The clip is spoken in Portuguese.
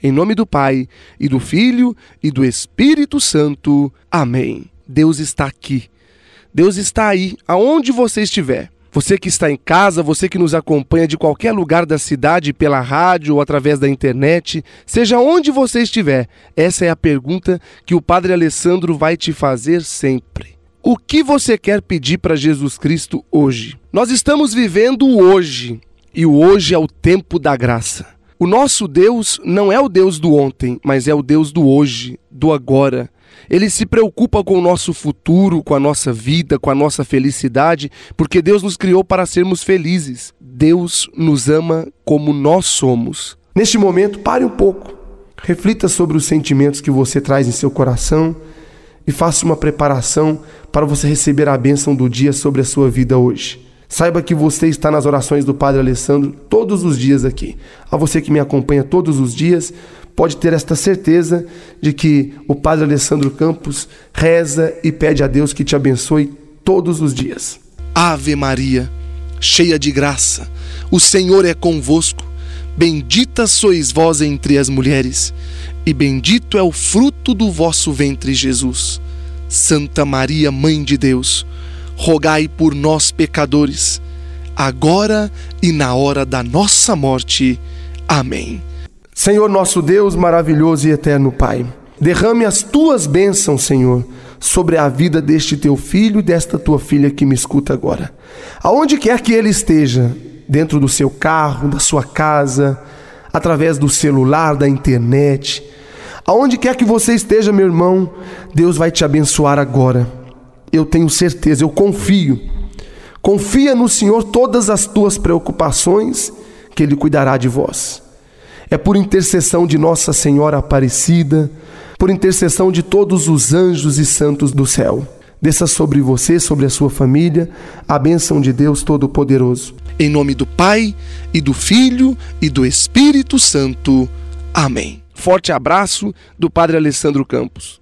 Em nome do Pai, e do Filho, e do Espírito Santo. Amém. Deus está aqui. Deus está aí, aonde você estiver. Você que está em casa, você que nos acompanha de qualquer lugar da cidade, pela rádio ou através da internet, seja onde você estiver, essa é a pergunta que o Padre Alessandro vai te fazer sempre. O que você quer pedir para Jesus Cristo hoje? Nós estamos vivendo o hoje, e o hoje é o tempo da graça. O nosso Deus não é o Deus do ontem, mas é o Deus do hoje, do agora. Ele se preocupa com o nosso futuro, com a nossa vida, com a nossa felicidade, porque Deus nos criou para sermos felizes. Deus nos ama como nós somos. Neste momento, pare um pouco. Reflita sobre os sentimentos que você traz em seu coração e faça uma preparação para você receber a bênção do dia sobre a sua vida hoje. Saiba que você está nas orações do Padre Alessandro todos os dias aqui. A você que me acompanha todos os dias, pode ter esta certeza de que o Padre Alessandro Campos reza e pede a Deus que te abençoe todos os dias. Ave Maria, cheia de graça, o Senhor é convosco. Bendita sois vós entre as mulheres, e bendito é o fruto do vosso ventre, Jesus. Santa Maria, Mãe de Deus, rogai por nós, pecadores, agora e na hora da nossa morte. Amém. Senhor nosso Deus, maravilhoso e eterno Pai, derrame as tuas bênçãos, Senhor, sobre a vida deste teu filho e desta tua filha que me escuta agora. Aonde quer que ele esteja, dentro do seu carro, da sua casa, através do celular, da internet, aonde quer que você esteja, meu irmão, Deus vai te abençoar agora. Eu tenho certeza, eu confio. Confia no Senhor todas as tuas preocupações, que Ele cuidará de vós. É por intercessão de Nossa Senhora Aparecida, por intercessão de todos os anjos e santos do céu. Desça sobre você, sobre a sua família, a bênção de Deus Todo-Poderoso. Em nome do Pai, e do Filho, e do Espírito Santo. Amém. Forte abraço do Padre Alessandro Campos.